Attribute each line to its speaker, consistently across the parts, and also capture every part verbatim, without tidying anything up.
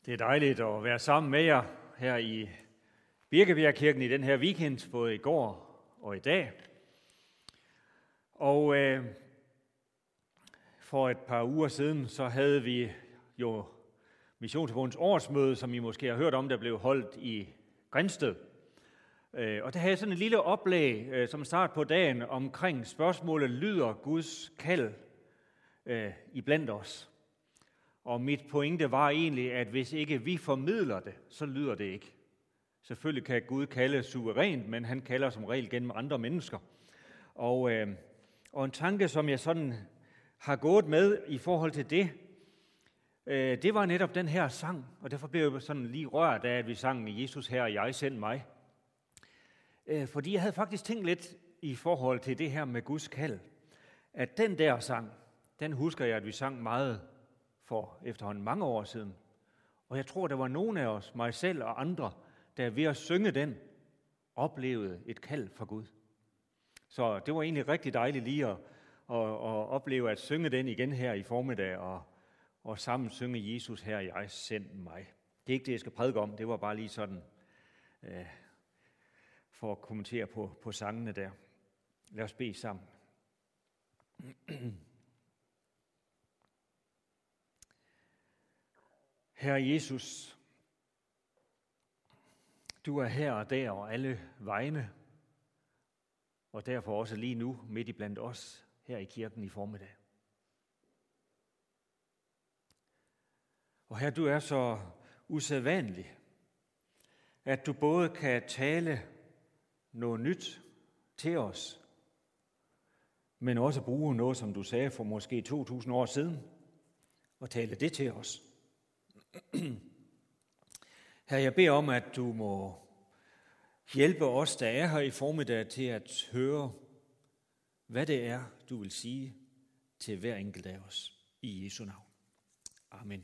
Speaker 1: Det er dejligt at være sammen med jer her i Birkebjergkirken i den her weekend, både i går og i dag. Og øh, for et par uger siden, så havde vi jo Missionsforbundets årsmøde, som I måske har hørt om, der blev holdt i Grindsted. Øh, og der havde jeg sådan en lille oplæg øh, som start på dagen omkring spørgsmålet, lyder Guds kald øh, iblandt os? Og mit pointe var egentlig, at hvis ikke vi formidler det, så lyder det ikke. Selvfølgelig kan Gud kalde suverænt, men han kalder som regel gennem andre mennesker. Og, øh, og en tanke, som jeg sådan har gået med i forhold til det, øh, det var netop den her sang. Og derfor blev jeg sådan lige rørt af, at vi sang Jesus her og jeg send mig. Øh, fordi jeg havde faktisk tænkt lidt i forhold til det her med Guds kald, at den der sang, den husker jeg, at vi sang meget for efterhånden mange år siden. Og jeg tror, der var nogen af os, mig selv og andre, der ved at synge den, oplevede et kald fra Gud. Så det var egentlig rigtig dejligt lige at, at, at opleve at synge den igen her i formiddag, og, og sammen synge Jesus her, jeg send mig. Det er ikke det, jeg skal prædike om, det var bare lige sådan, øh, for at kommentere på, på sangene der. Lad os bede sammen. Herre Jesus, du er her og der og alle vegne, og derfor også lige nu midt i blandt os her i kirken i formiddag. Og her du er så usædvanlig, at du både kan tale noget nyt til os, men også bruge noget, som du sagde for måske to tusind år siden, og tale det til os. Herre, jeg beder om, at du må hjælpe os, der er her i formiddag, til at høre, hvad det er, du vil sige til hver enkelt af os. I Jesu navn. Amen.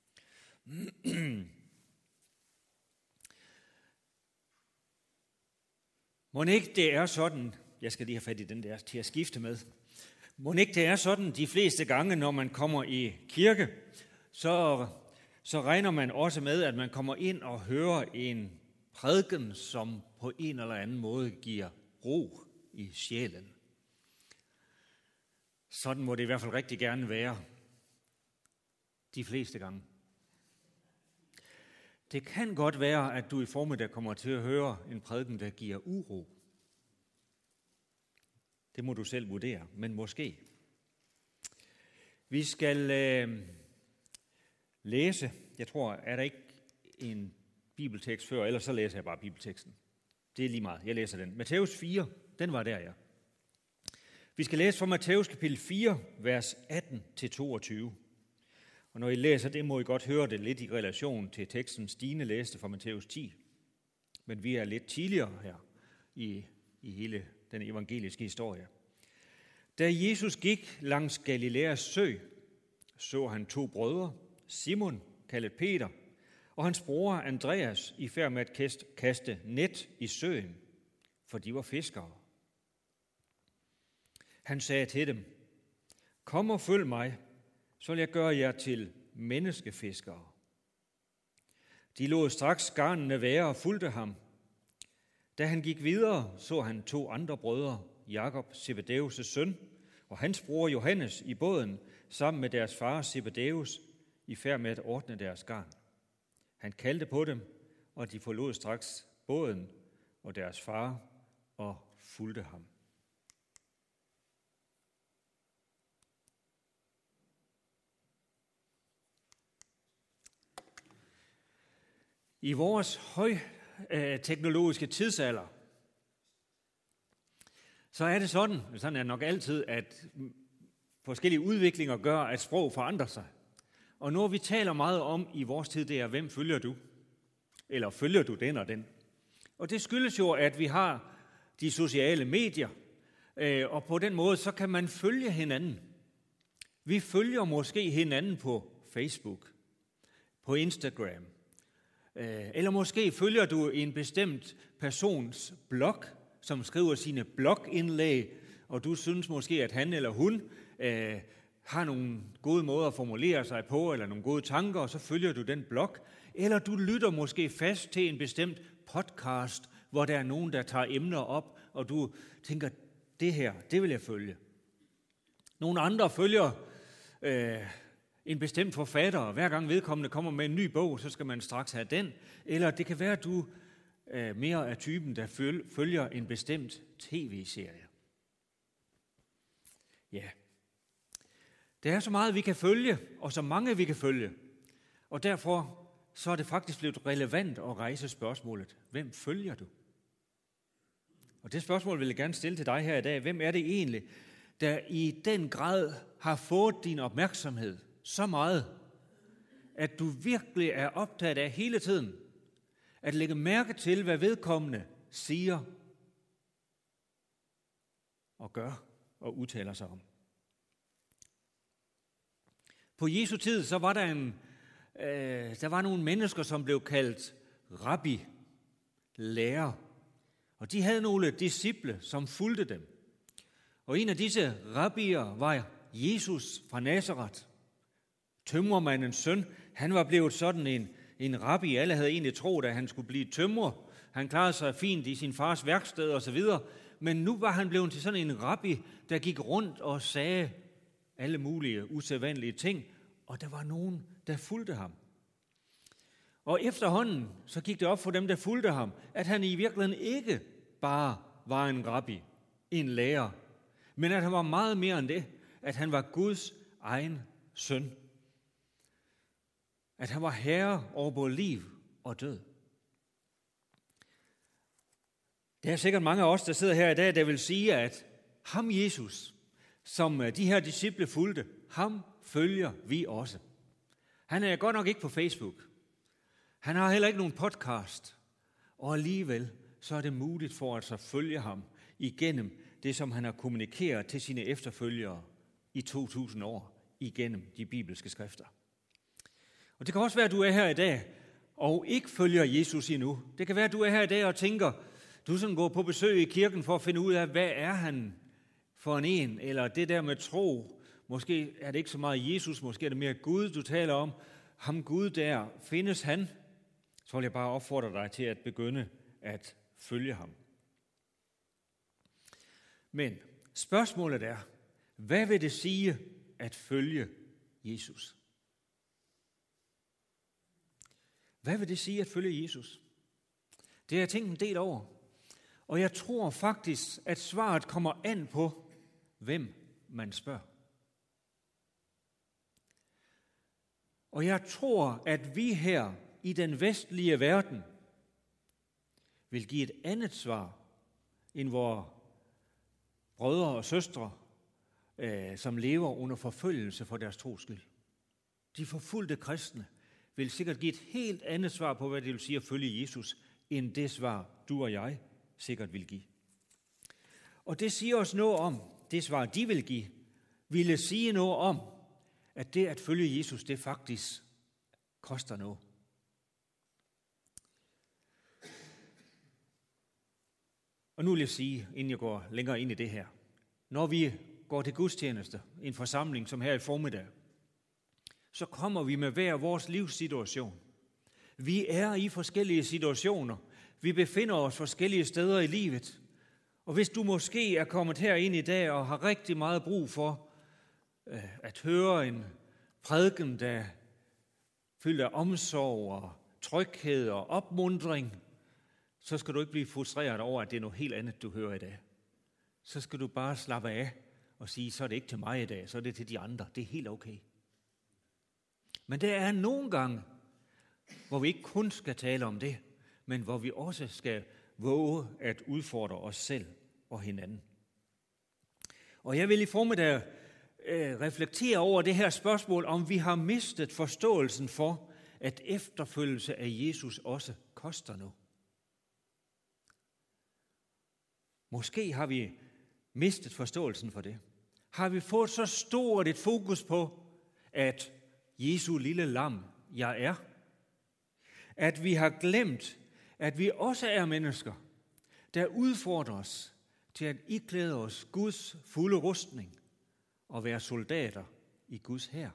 Speaker 1: Mon ikke det er sådan, jeg skal lige have fat i den der til at skifte med. Mon ikke det er sådan de fleste gange, når man kommer i kirke, så så regner man også med, at man kommer ind og hører en prædiken, som på en eller anden måde giver ro i sjælen. Sådan må det i hvert fald rigtig gerne være de fleste gange. Det kan godt være, at du i formiddag kommer til at høre en prædiken, der giver uro. Det må du selv vurdere, men måske. Vi skal øh, læse, jeg tror, er der ikke en bibeltekst før, ellers så læser jeg bare bibelteksten. Det er lige meget, jeg læser den. Matthæus fire, den var der, ja. Vi skal læse fra Matthæus kapitel fire, vers atten til toogtyve. Og når I læser det, må I godt høre det lidt i relation til teksten Stine læste fra Matthæus ti. Men vi er lidt tidligere her i, i hele den evangeliske historie. Da Jesus gik langs Galilæas sø, så han to brødre, Simon, kaldet Peter, og hans bror Andreas i færd med at kaste net i søen, for de var fiskere. Han sagde til dem, kom og følg mig, så vil jeg gøre jer til menneskefiskere. De lod straks garnene være og fulgte ham. Da han gik videre, så han to andre brødre, Jakob, Zebedeus' søn, og hans bror Johannes i båden, sammen med deres far Zebedeus, i færd med at ordne deres garn. Han kaldte på dem, og de forlod straks båden og deres far og fulgte ham. I vores højteknologiske tidsalder, så er det sådan, sådan er det nok altid, at forskellige udviklinger gør, at sprog forandrer sig. Og noget, vi taler meget om i vores tid, det er, hvem følger du? Eller følger du den og den? Og det skyldes jo, at vi har de sociale medier, og på den måde, så kan man følge hinanden. Vi følger måske hinanden på Facebook, på Instagram, eller måske følger du en bestemt persons blog, som skriver sine blogindlæg, og du synes måske, at han eller hun øh, har nogle gode måder at formulere sig på, eller nogle gode tanker, og så følger du den blog. Eller du lytter måske fast til en bestemt podcast, hvor der er nogen, der tager emner op, og du tænker, det her, det vil jeg følge. Nogle andre følger øh, en bestemt forfatter, og hver gang vedkommende kommer med en ny bog, så skal man straks have den. Eller det kan være, at du øh, mere er typen, der følger en bestemt tv-serie. Ja, der er så meget, vi kan følge, og så mange, vi kan følge. Og derfor så er det faktisk blevet relevant at rejse spørgsmålet, hvem følger du? Og det spørgsmål vil jeg gerne stille til dig her i dag. Hvem er det egentlig, der i den grad har fået din opmærksomhed så meget, at du virkelig er optaget af hele tiden at lægge mærke til, hvad vedkommende siger og gør og udtaler sig om? På Jesu tid, så var der, en, øh, der var nogle mennesker, som blev kaldt rabbi, lærer. Og de havde nogle disciple, som fulgte dem. Og en af disse rabbier var Jesus fra Nazaret. Tømrermandens søn, han var blevet sådan en, en rabbi. Alle havde egentlig troet, at han skulle blive tømrer. Han klarede sig fint i sin fars værksted og så videre. Men nu var han blevet til sådan en rabbi, der gik rundt og sagde alle mulige usædvanlige ting. Og der var nogen, der fulgte ham. Og efterhånden, så gik det op for dem, der fulgte ham, at han i virkeligheden ikke bare var en rabbi, en lærer, men at han var meget mere end det, at han var Guds egen søn. At han var herre over både liv og død. Der er sikkert mange af os, der sidder her i dag, der vil sige, at ham Jesus, som de her disciple fulgte, ham følger vi også. Han er godt nok ikke på Facebook. Han har heller ikke nogen podcast. Og alligevel så er det muligt for os at følge ham igennem det, som han har kommunikeret til sine efterfølgere i to tusind år igennem de bibelske skrifter. Og det kan også være, at du er her i dag og ikke følger Jesus endnu. Det kan være, at du er her i dag og tænker, du sådan går på besøg i kirken for at finde ud af, hvad er han for en en, eller det der med tro. Måske er det ikke så meget Jesus, måske er det mere Gud, du taler om. Ham Gud der, findes han? Så vil jeg bare opfordre dig til at begynde at følge ham. Men spørgsmålet er, hvad vil det sige at følge Jesus? Hvad vil det sige at følge Jesus? Det har jeg tænkt en del over. Og jeg tror faktisk, at svaret kommer an på, hvem man spørger. Og jeg tror, at vi her i den vestlige verden vil give et andet svar, end vores brødre og søstre, øh, som lever under forfølgelse for deres tros skyld. De forfulgte kristne vil sikkert give et helt andet svar på, hvad det vil sige at følge Jesus, end det svar, du og jeg sikkert vil give. Og det siger os noget om, det svar, de vil give, ville sige noget om, at det at følge Jesus, det faktisk koster noget. Og nu vil jeg sige, inden jeg går længere ind i det her, når vi går til gudstjeneste, en forsamling som her i formiddag, så kommer vi med hver vores livssituation. Vi er i forskellige situationer. Vi befinder os forskellige steder i livet. Og hvis du måske er kommet herind i dag og har rigtig meget brug for øh, at høre en prædiken, der fyldt af omsorg og tryghed og opmuntring, så skal du ikke blive frustreret over, at det er noget helt andet, du hører i dag. Så skal du bare slappe af og sige, så er det ikke til mig i dag, så er det til de andre. Det er helt okay. Men der er nogle gange, hvor vi ikke kun skal tale om det, men hvor vi også skal våge at udfordre os selv og hinanden. Og jeg vil i formiddag øh, reflektere over det her spørgsmål, om vi har mistet forståelsen for, at efterfølgelse af Jesus også koster noget. Måske har vi mistet forståelsen for det. Har vi fået så stort et fokus på, at Jesu lille lam, jeg er, at vi har glemt, at vi også er mennesker, der udfordrer os til at iklæde os Guds fulde rustning og være soldater i Guds hær.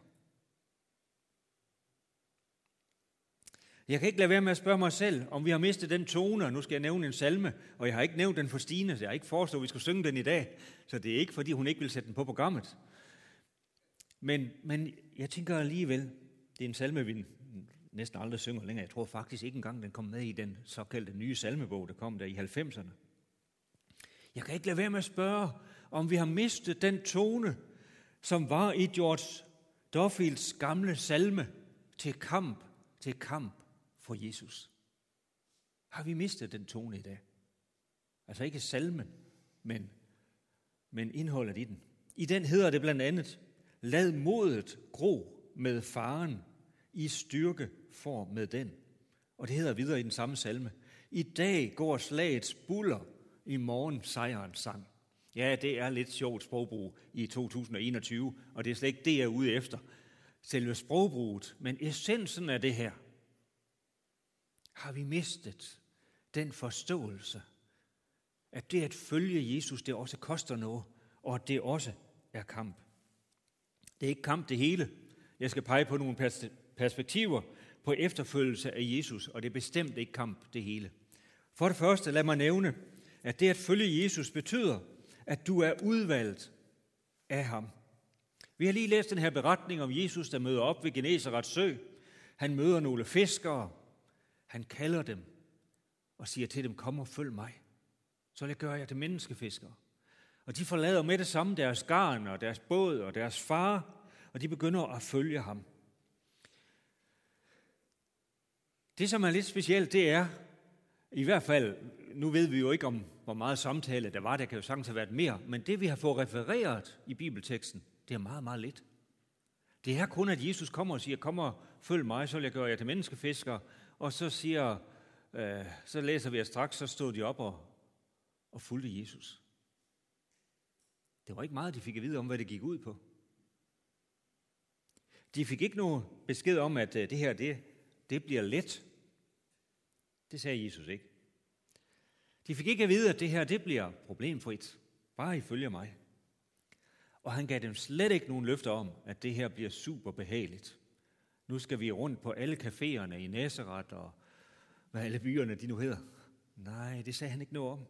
Speaker 1: Jeg kan ikke lade være med at spørge mig selv, om vi har mistet den tone, og nu skal jeg nævne en salme, og jeg har ikke nævnt den for Stine, så jeg har ikke foreslået, at vi skulle synge den i dag, så det er ikke, fordi hun ikke vil sætte den på programmet. Men, men jeg tænker alligevel, det er en salme, vi næsten aldrig synger længere. Jeg tror faktisk ikke engang, den kom med i den såkaldte nye salmebog, der kom der i halvfemserne. Jeg kan ikke lade være med at spørge, om vi har mistet den tone, som var i George Duffields gamle salme, til kamp, til kamp for Jesus. Har vi mistet den tone i dag? Altså ikke salmen, men, men indholdet i den. I den hedder det blandt andet, lad modet gro med faren, i styrke for med den. Og det hedder videre i den samme salme. I dag går slagets buller, i morgen sejrens sang. Ja, det er lidt sjovt sprogbrug i to tusind og enogtyve, og det er slet ikke det, jeg er ude efter. Selve sprogbruget, men essensen af det her. Har vi mistet den forståelse, at det at følge Jesus, det også koster noget, og at det også er kamp. Det er ikke kamp det hele. Jeg skal pege på nogle perspektiver på efterfølgelse af Jesus, og det er bestemt ikke kamp det hele. For det første, lad mig nævne, at det at følge Jesus betyder, at du er udvalgt af ham. Vi har lige læst den her beretning om Jesus, der møder op ved Genesarets sø. Han møder nogle fiskere. Han kalder dem og siger til dem, kom og følg mig. Så jeg gør jeg til menneskefiskere. Og de forlader med det samme deres garn og deres båd og deres far, og de begynder at følge ham. Det, som er lidt specielt, det er, i hvert fald, nu ved vi jo ikke om, hvor meget samtale der var, der kan jo sagtens have været mere, men det, vi har fået refereret i bibelteksten, det er meget, meget lidt. Det er kun, at Jesus kommer og siger, kom og følg mig, så vil jeg gøre jer til menneskefiskere, og så siger, øh, så læser vi, at straks så stod de op og, og fulgte Jesus. Det var ikke meget, de fik at vide om, hvad det gik ud på. De fik ikke nogen besked om, at det her, det, det bliver let. Det sagde Jesus ikke. De fik ikke at vide, at det her, det bliver problemfrit. Bare I følger mig. Og han gav dem slet ikke nogen løfter om, at det her bliver super behageligt. Nu skal vi rundt på alle caféerne i Nazaret og hvad alle byerne de nu hedder. Nej, det sagde han ikke noget om.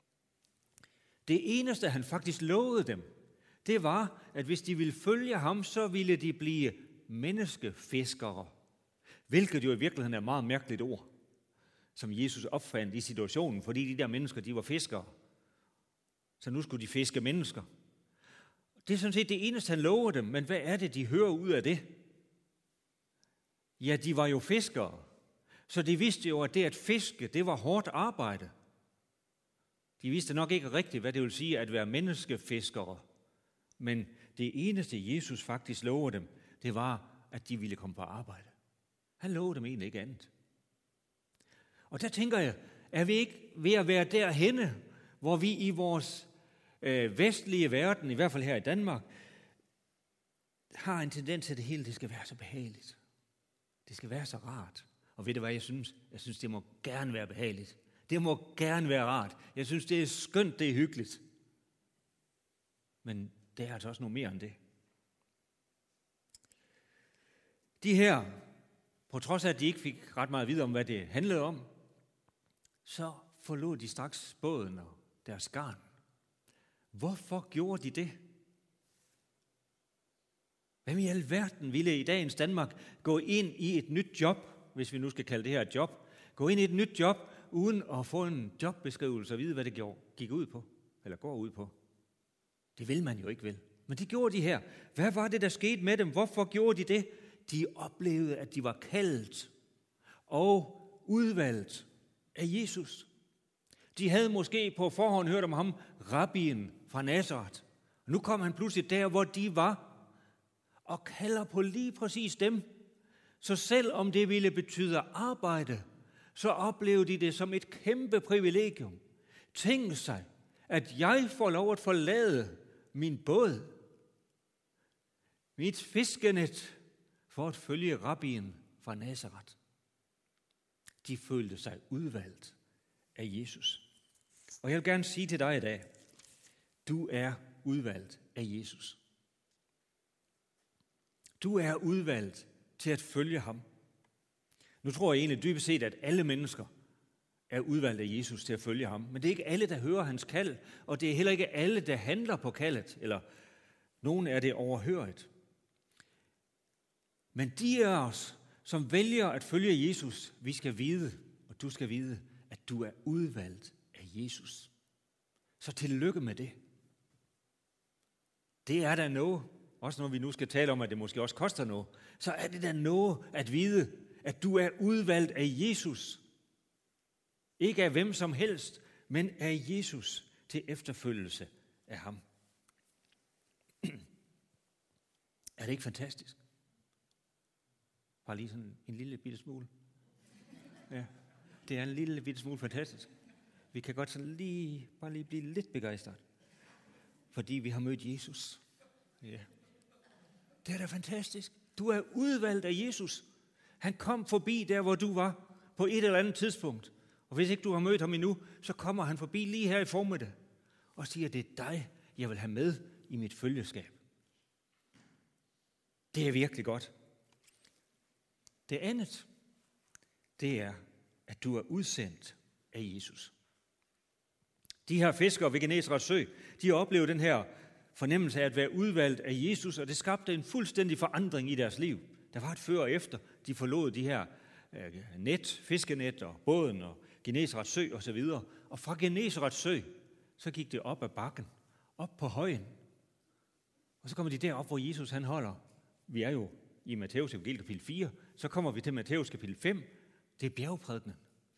Speaker 1: Det eneste, han faktisk lovede dem, det var, at hvis de ville følge ham, så ville de blive menneskefiskere. Hvilket jo i virkeligheden er et meget mærkeligt ord, som Jesus opfandt i situationen, fordi de der mennesker, de var fiskere. Så nu skulle de fiske mennesker. Det er sådan set det eneste, han lover dem, men hvad er det, de hører ud af det? Ja, de var jo fiskere, så de vidste jo, at det at fiske, det var hårdt arbejde. De vidste nok ikke rigtigt, hvad det vil sige at være menneskefiskere, men det eneste, Jesus faktisk lover dem, det var, at de ville komme på arbejde. Han lovede dem egentlig ikke andet. Og der tænker jeg, er vi ikke ved at være derhenne, hvor vi i vores øh, vestlige verden, i hvert fald her i Danmark, har en tendens til, at det hele det skal være så behageligt. Det skal være så rart. Og ved du hvad jeg synes? Jeg synes, det må gerne være behageligt. Det må gerne være rart. Jeg synes, det er skønt, det er hyggeligt. Men det er altså også noget mere end det. De her, på trods af, at de ikke fik ret meget at vide om, hvad det handlede om, så forlod de straks båden og deres garn. Hvorfor gjorde de det? Hvem i alverden ville i dagens Danmark gå ind i et nyt job, hvis vi nu skal kalde det her et job, gå ind i et nyt job, uden at få en jobbeskrivelse og vide, hvad det gik ud på, eller går ud på? Det vil man jo ikke vel. Men det gjorde de her. Hvad var det, der skete med dem? Hvorfor gjorde de det? De oplevede, at de var kaldet og udvalgt af Jesus. De havde måske på forhånd hørt om ham, rabbien fra Nazaret. Og nu kom han pludselig der, hvor de var, og kalder på lige præcis dem. Så selvom det ville betyde arbejde, så oplevede de det som et kæmpe privilegium. Tænk sig, at jeg får lov at forlade min båd, mit fiskenet, for at følge rabbien fra Nazaret. De følte sig udvalgt af Jesus. Og jeg vil gerne sige til dig i dag, du er udvalgt af Jesus. Du er udvalgt til at følge ham. Nu tror jeg egentlig dybest set, at alle mennesker er udvalgt af Jesus til at følge ham. Men det er ikke alle, der hører hans kald, og det er heller ikke alle, der handler på kaldet, eller nogen er det overhørigt. Men de af os, som vælger at følge Jesus, vi skal vide, og du skal vide, at du er udvalgt af Jesus. Så tillykke med det. Det er da noget, også når vi nu skal tale om, at det måske også koster noget, så er det da noget at vide, at du er udvalgt af Jesus. Ikke af hvem som helst, men af Jesus til efterfølgelse af ham. Er det ikke fantastisk? Bare lige sådan en lille bitte smule. Ja, det er en lille bitte smule fantastisk. Vi kan godt sådan lige, bare lige blive lidt begejstret, fordi vi har mødt Jesus. Ja. Det er da fantastisk. Du er udvalgt af Jesus. Han kom forbi der, hvor du var, på et eller andet tidspunkt. Og hvis ikke du har mødt ham endnu, så kommer han forbi lige her i formiddag og siger, det er dig, jeg vil have med i mit følgeskab. Det er virkelig godt. Det andet, det er, at du er udsendt af Jesus. De her fiskere ved Genesarets sø, de har oplevet den her fornemmelse af at være udvalgt af Jesus, og det skabte en fuldstændig forandring i deres liv. Der var et før og efter, de forlod de her net, fiskenet og båden og Genesarets sø og så videre. Og fra Genesarets sø, så gik det op ad bakken, op på højen. Og så kommer de derop, hvor Jesus han holder. Vi er jo i Matthæus evangeliet kapitel fire, så kommer vi til Matthæus kapitel fem, det er bjergprædikenen.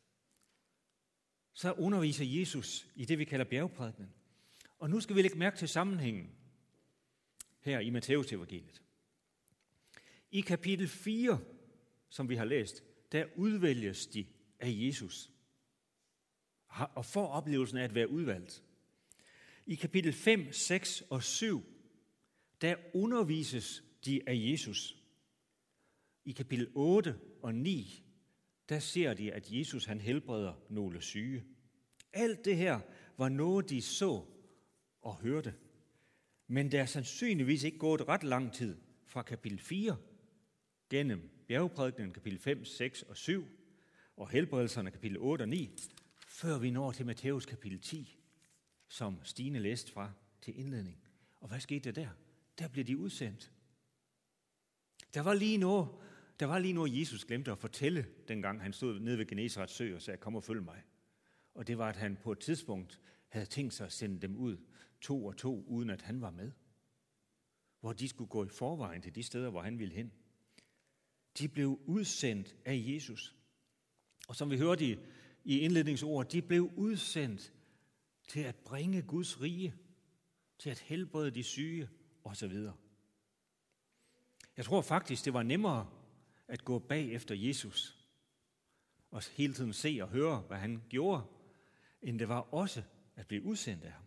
Speaker 1: Så underviser Jesus i det, vi kalder bjergprædikenen. Og nu skal vi lægge mærke til sammenhængen her i Matthæus evangeliet. I kapitel fire, som vi har læst, der udvælges de af Jesus og får oplevelsen af at være udvalgt. I kapitel fem, seks og syv, der undervises de af Jesus. I kapitel otte og ni, der ser de, at Jesus han helbreder nogle syge. Alt det her var noget, de så og hørte. Men der er sandsynligvis ikke gået ret lang tid fra kapitel fire, gennem bjergprædikenen kapitel fem, seks og syv, og helbredelserne kapitel otte og ni, før vi når til Matthæus kapitel ti, som Stine læste fra til indledning. Og hvad skete der der? Der blev de udsendt. Der var lige noget, der var lige noget, Jesus glemte at fortælle, dengang han stod nede ved Genesarets sø og sagde, kom og følg mig. Og det var, at han på et tidspunkt havde tænkt sig at sende dem ud, to og to, uden at han var med. Hvor de skulle gå i forvejen til de steder, hvor han ville hen. De blev udsendt af Jesus. Og som vi hørte i, i indledningsordet, de blev udsendt til at bringe Guds rige, til at helbrede de syge osv. Jeg tror faktisk, det var nemmere at gå bag efter Jesus og hele tiden se og høre, hvad han gjorde, end det var også at blive udsendt af ham.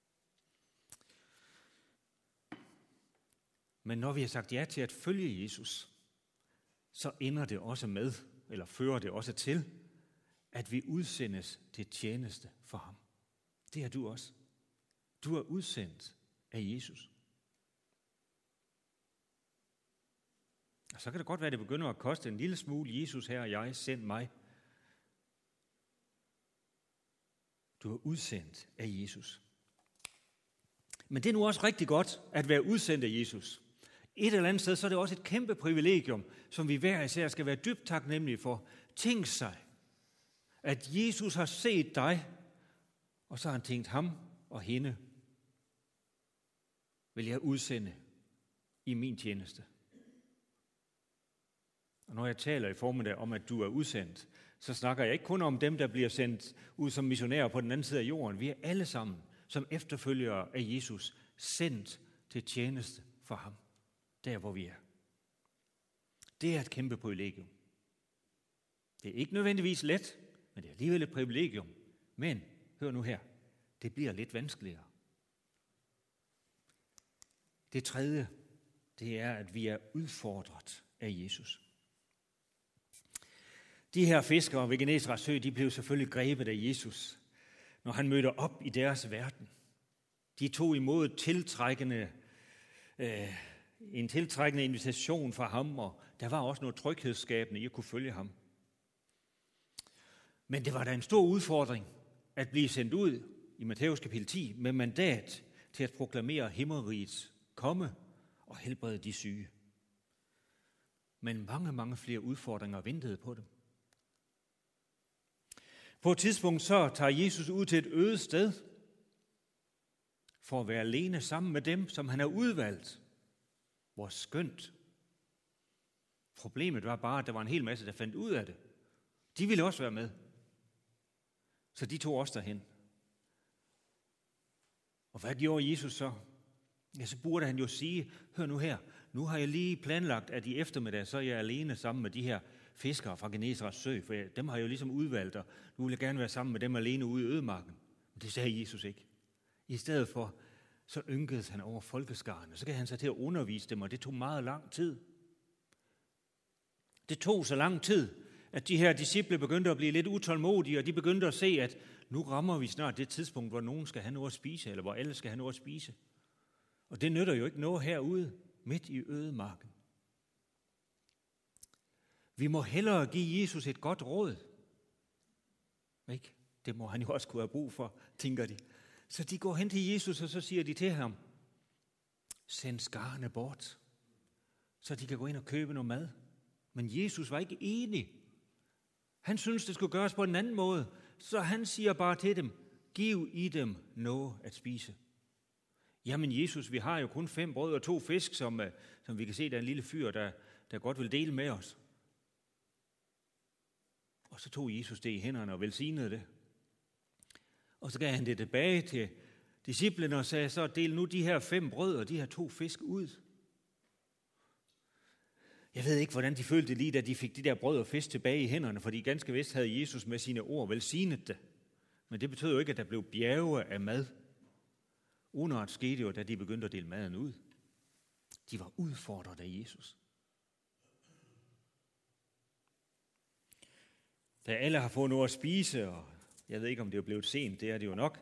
Speaker 1: Men når vi har sagt ja til at følge Jesus, så ender det også med, eller fører det også til, at vi udsendes til tjeneste for ham. Det er du også. Du er udsendt af Jesus. Og så kan det godt være, at det begynder at koste en lille smule. Jesus her og jeg, send mig. Du er udsendt af Jesus. Men det er nu også rigtig godt at være udsendt af Jesus. Et eller andet sted, så er det også et kæmpe privilegium, som vi hver især skal være dybt taknemmelige for. Tænk sig, at Jesus har set dig, og så har han tænkt ham og hende, vil jeg udsende i min tjeneste. Og når jeg taler i formiddag om, at du er udsendt, så snakker jeg ikke kun om dem, der bliver sendt ud som missionærer på den anden side af jorden. Vi er alle sammen, som efterfølgere af Jesus, sendt til tjeneste for ham, der hvor vi er. Det er et kæmpe privilegium. Det er ikke nødvendigvis let, men det er alligevel et privilegium. Men, hør nu her, det bliver lidt vanskeligere. Det tredje, det er, at vi er udfordret af Jesus. De her fiskere ved Genesarets sø, de blev selvfølgelig grebet af Jesus, når han mødte op i deres verden. De tog imod et tiltrækkende, øh, en tiltrækkende invitation fra ham, og der var også noget tryghedsskabende i at kunne følge ham. Men det var da en stor udfordring at blive sendt ud i Matthæus kapitel ti med mandat til at proklamere himmerigets komme og helbrede de syge. Men mange, mange flere udfordringer ventede på dem. På et tidspunkt så tager Jesus ud til et øde sted for at være alene sammen med dem, som han har udvalgt. Hvor skønt. Problemet var bare, at der var en hel masse, der fandt ud af det. De ville også være med. Så de tog også derhen. Og hvad gjorde Jesus så? Ja, så burde han jo sige, hør nu her, nu har jeg lige planlagt, at i eftermiddag, så er jeg alene sammen med de her fiskere fra Genesarets sø, for jeg, dem har jeg jo ligesom udvalgt, og nu vil jeg gerne være sammen med dem alene ude i ødemarken. Men det sagde Jesus ikke. I stedet for, så ynkedes han over folkeskaren, og så gav han sig til at undervise dem, og det tog meget lang tid. Det tog så lang tid, at de her disciple begyndte at blive lidt utålmodige, og de begyndte at se, at nu rammer vi snart det tidspunkt, hvor nogen skal have noget at spise, eller hvor alle skal have noget at spise. Og det nytter jo ikke noget herude, midt i ødemarken. Vi må hellere give Jesus et godt råd. Ikke? Det må han jo også kunne have brug for, tænker de. Så de går hen til Jesus, og så siger de til ham, send skarne bort, så de kan gå ind og købe noget mad. Men Jesus var ikke enig. Han synes, det skulle gøres på en anden måde, så han siger bare til dem, giv i dem noget at spise. Jamen Jesus, vi har jo kun fem brød og to fisk, som, som vi kan se, der er en lille fyr, der, der godt vil dele med os. Og så tog Jesus det i hænderne og velsignede det. Og så gav han det tilbage til disciplene og sagde, så del nu de her fem brød og de her to fisk ud. Jeg ved ikke, hvordan de følte lige, da de fik de der brød og fisk tilbage i hænderne, fordi ganske vist havde Jesus med sine ord velsignet det. Men det betød jo ikke, at der blev bjerge af mad. Underet skete jo, da de begyndte at dele maden ud. De var udfordret af Jesus. Da alle har fået noget at spise, og jeg ved ikke, om det er blevet sent, det er det jo nok,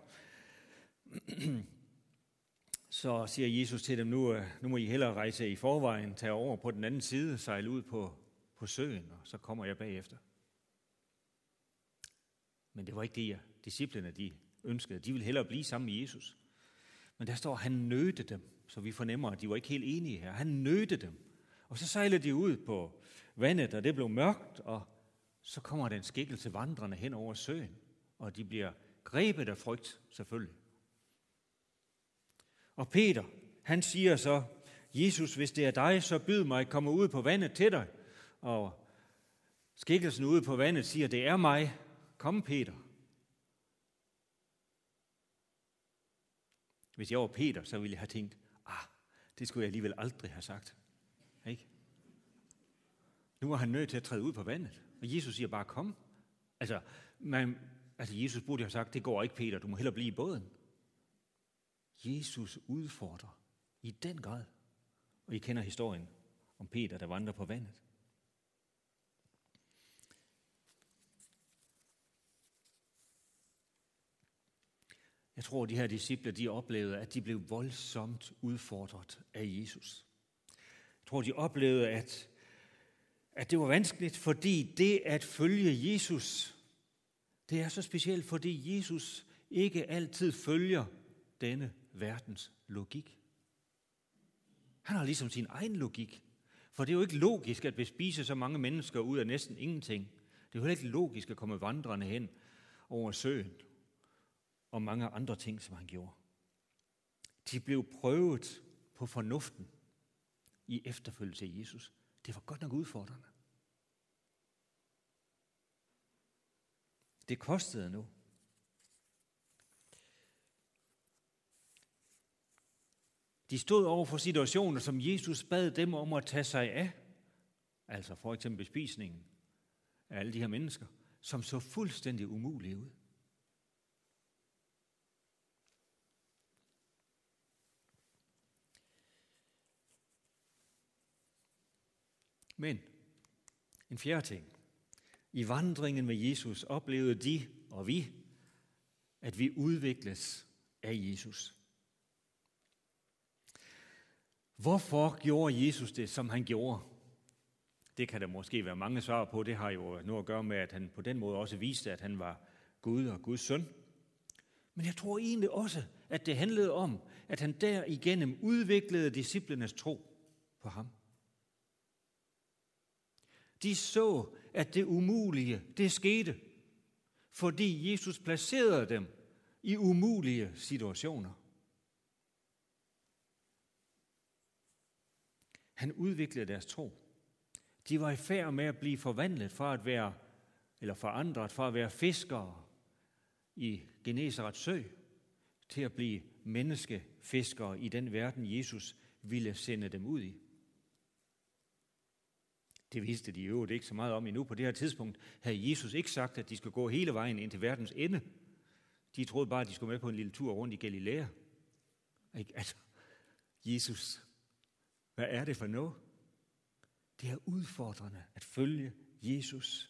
Speaker 1: så siger Jesus til dem, nu, nu må I hellere rejse i forvejen, tage over på den anden side, sejle ud på, på søen, og så kommer jeg bagefter. Men det var ikke det, jeg, disciplene de ønskede. De ville hellere blive sammen med Jesus. Men der står, at han nødte dem, så vi fornemmer, at de var ikke helt enige her. Han nødte dem. Og så sejlede de ud på vandet, og det blev mørkt, og så kommer den skikkelse vandrende hen over søen, og de bliver grebet af frygt, selvfølgelig. Og Peter, han siger så, Jesus, hvis det er dig, så byd mig at komme ud på vandet til dig. Og skikkelsen ude på vandet siger, det er mig. Kom, Peter. Hvis jeg var Peter, så ville jeg have tænkt, ah, det skulle jeg alligevel aldrig have sagt. Ikke? Nu er han nødt til at træde ud på vandet. Og Jesus siger bare, kom. Altså, man, altså Jesus burde have sagt, det går ikke, Peter, du må hellere blive i båden. Jesus udfordrer i den grad. Og I kender historien om Peter, der vandrer på vandet. Jeg tror, de her disciple, de oplevede, at de blev voldsomt udfordret af Jesus. Jeg tror, de oplevede, at, at det var vanskeligt, fordi det at følge Jesus, det er så specielt, fordi Jesus ikke altid følger denne verdens logik. Han har ligesom sin egen logik. For det er jo ikke logisk at bespise så mange mennesker ud af næsten ingenting. Det er jo heller ikke logisk at komme vandrende hen over søen og mange andre ting, som han gjorde. De blev prøvet på fornuften i efterfølgelse af Jesus. Det var godt nok udfordrende. Det kostede nu. De stod over for situationer, som Jesus bad dem om at tage sig af. Altså for eksempel bespisningen af alle de her mennesker, som så fuldstændig umulige ud. Men en fjerde ting. I vandringen med Jesus oplevede de og vi, at vi udvikles af Jesus. Hvorfor gjorde Jesus det, som han gjorde? Det kan der måske være mange svar på. Det har jo noget at gøre med, at han på den måde også viste, at han var Gud og Guds søn. Men jeg tror egentlig også, at det handlede om, at han derigennem udviklede disciplenes tro på ham. De så, at det umulige, det skete, fordi Jesus placerede dem i umulige situationer. Han udviklede deres tro. De var i færd med at blive forvandlet fra at være, eller forandret fra at være fiskere i Genesarets sø, til at blive menneskefiskere i den verden, Jesus ville sende dem ud i. Det vidste de jo ikke så meget om endnu. På det her tidspunkt havde Jesus ikke sagt, at de skulle gå hele vejen ind til verdens ende. De troede bare, at de skulle med på en lille tur rundt i Galilea. Altså, Jesus, hvad er det for noget? Det er udfordrende at følge Jesus.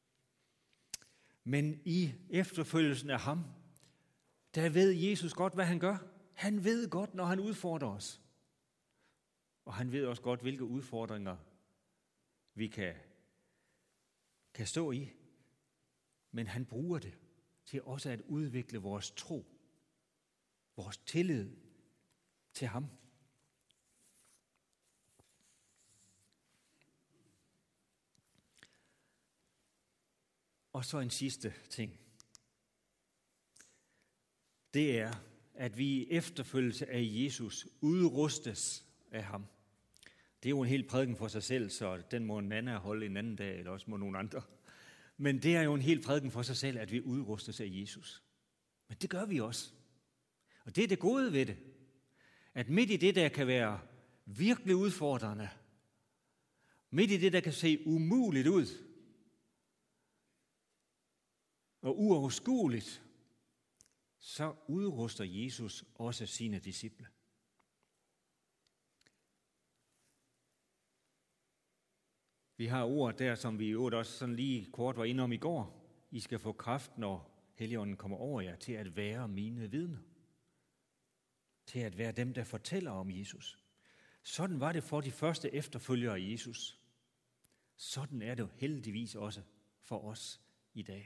Speaker 1: Men i efterfølgelsen af ham, der ved Jesus godt, hvad han gør. Han ved godt, når han udfordrer os. Og han ved også godt, hvilke udfordringer vi kan, kan stå i. Men han bruger det til også at udvikle vores tro, vores tillid til ham. Og så en sidste ting. Det er, at vi i efterfølgelse af Jesus udrustes af ham. Det er jo en hel prædiken for sig selv, så den må Nana holde en anden dag, eller også må nogen andre. Men det er jo en hel prædiken for sig selv, at vi udrustes af Jesus. Men det gør vi også. Og det er det gode ved det. At midt i det, der kan være virkelig udfordrende, midt i det, der kan se umuligt ud, og uoverskueligt, så udruster Jesus også sine disciple. Vi har ord der, som vi jo også sådan lige kort var inde om i går. I skal få kraft, når Helligånden kommer over jer, til at være mine vidner. Til at være dem, der fortæller om Jesus. Sådan var det for de første efterfølgere af Jesus. Sådan er det heldigvis også for os i dag.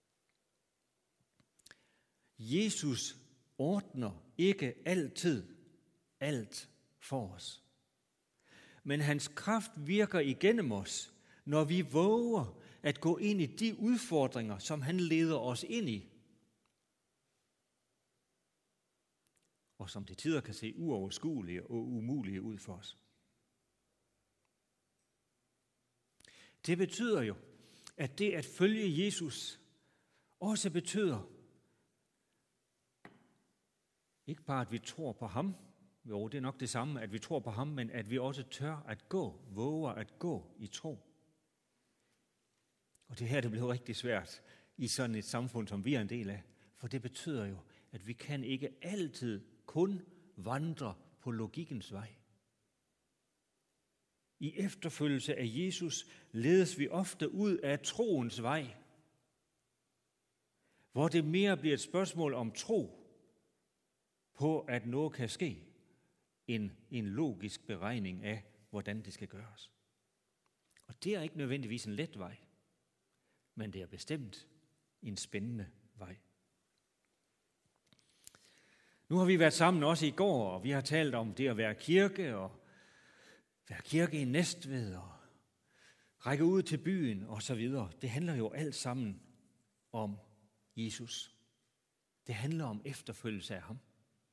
Speaker 1: Jesus ordner ikke altid alt for os. Men hans kraft virker igennem os, når vi våger at gå ind i de udfordringer, som han leder os ind i. Og som til tider kan se uoverskuelige og umulige ud for os. Det betyder jo, at det at følge Jesus også betyder, ikke bare at vi tror på ham, jo det er nok det samme, at vi tror på ham, men at vi også tør at gå, våger at gå i tro. Og det her, det bliver rigtig svært i sådan et samfund, som vi er en del af, for det betyder jo, at vi kan ikke altid kun vandre på logikkens vej. I efterfølgelse af Jesus ledes vi ofte ud af troens vej, hvor det mere bliver et spørgsmål om tro på, at noget kan ske, end en logisk beregning af, hvordan det skal gøres. Og det er ikke nødvendigvis en let vej, men det er bestemt en spændende vej. Nu har vi været sammen også i går, og vi har talt om det at være kirke, og være kirke i Næstved, og række ud til byen, og så videre. Det handler jo alt sammen om Jesus. Det handler om efterfølgelse af ham.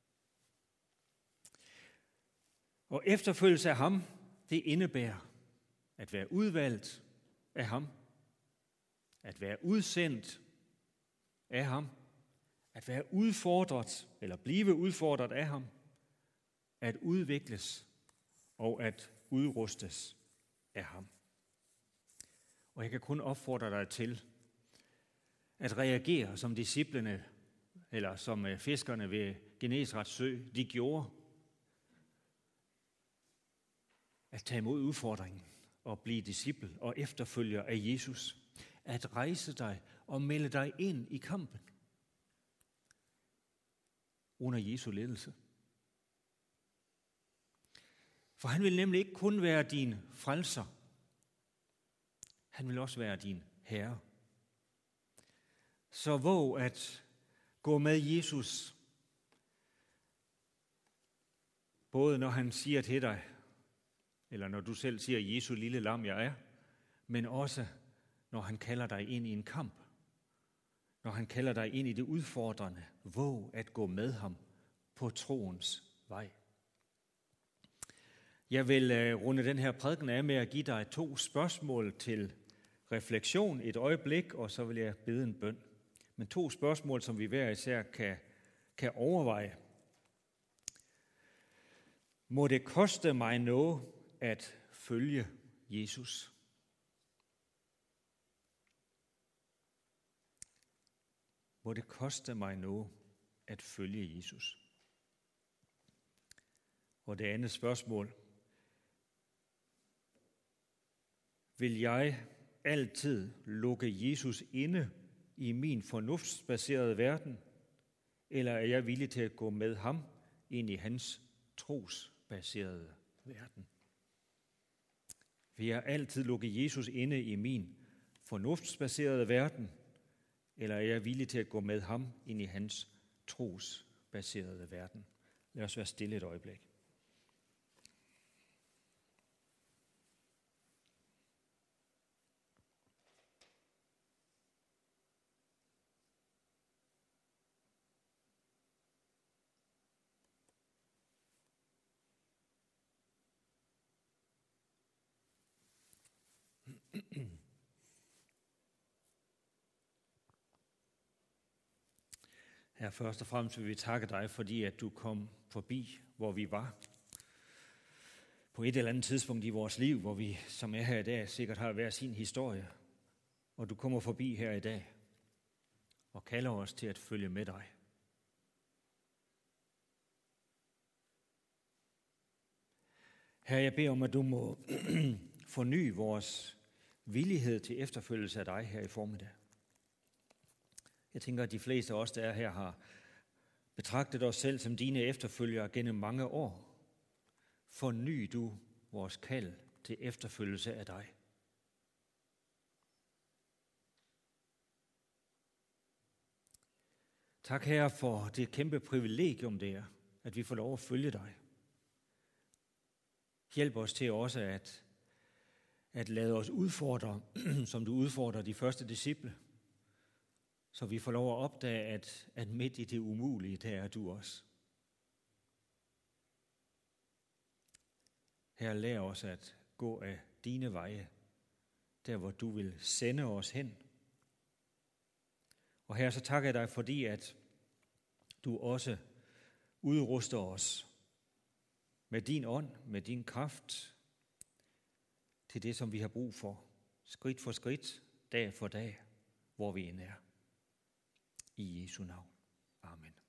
Speaker 1: Og efterfølgelse af ham, det indebærer at være udvalgt af ham, at være udsendt af ham, at være udfordret, eller blive udfordret af ham, at udvikles og at udrustes af ham. Og jeg kan kun opfordre dig til at reagere som disciplene, eller som fiskerne ved Genesarets sø, de gjorde, at tage imod udfordringen og blive disciple og efterfølger af Jesus. At rejse dig og melde dig ind i kampen under Jesu ledelse. For han vil nemlig ikke kun være din frelser. Han vil også være din herre. Så våg at gå med Jesus, både når han siger til dig, eller når du selv siger, Jesu lille lam jeg er, men også når han kalder dig ind i en kamp. Når han kalder dig ind i det udfordrende, våg at gå med ham på troens vej. Jeg vil runde den her prædiken af med at give dig to spørgsmål til refleksion et øjeblik, og så vil jeg bede en bøn. Men to spørgsmål, som vi hver især kan, kan overveje. Må det koste mig noget at følge Jesus? Må det koste mig noget at følge Jesus? Og det andet spørgsmål. Vil jeg altid lukke Jesus inde i min fornuftsbaserede verden, eller er jeg villig til at gå med ham ind i hans trosbaserede verden? Vil jeg altid lukke Jesus inde i min fornuftsbaserede verden, eller er jeg villig til at gå med ham ind i hans trosbaserede verden? Lad os være stille et øjeblik. Her først og fremmest vil vi takke dig, fordi at du kom forbi, hvor vi var. På et eller andet tidspunkt i vores liv, hvor vi, som er her i dag, sikkert har hver sin historie. Og du kommer forbi her i dag og kalder os til at følge med dig. Herre, jeg beder om, at du må forny vores villighed til efterfølgelse af dig her i formiddag. Jeg tænker, at de fleste af os, der er her, har betragtet os selv som dine efterfølgere gennem mange år. Forny du vores kald til efterfølgelse af dig. Tak, Herre, for det kæmpe privilegium, det er, at vi får lov at følge dig. Hjælp os til også at, at lade os udfordre, som du udfordrer de første disciple. Så vi får lov at opdage, at, at midt i det umulige, der er du også. Her lær os at gå af dine veje, der hvor du vil sende os hen. Og her så takker jeg dig, fordi at du også udruster os med din ånd, med din kraft, til det, som vi har brug for, skridt for skridt, dag for dag, hvor vi end er. I Jesu navn. Amen.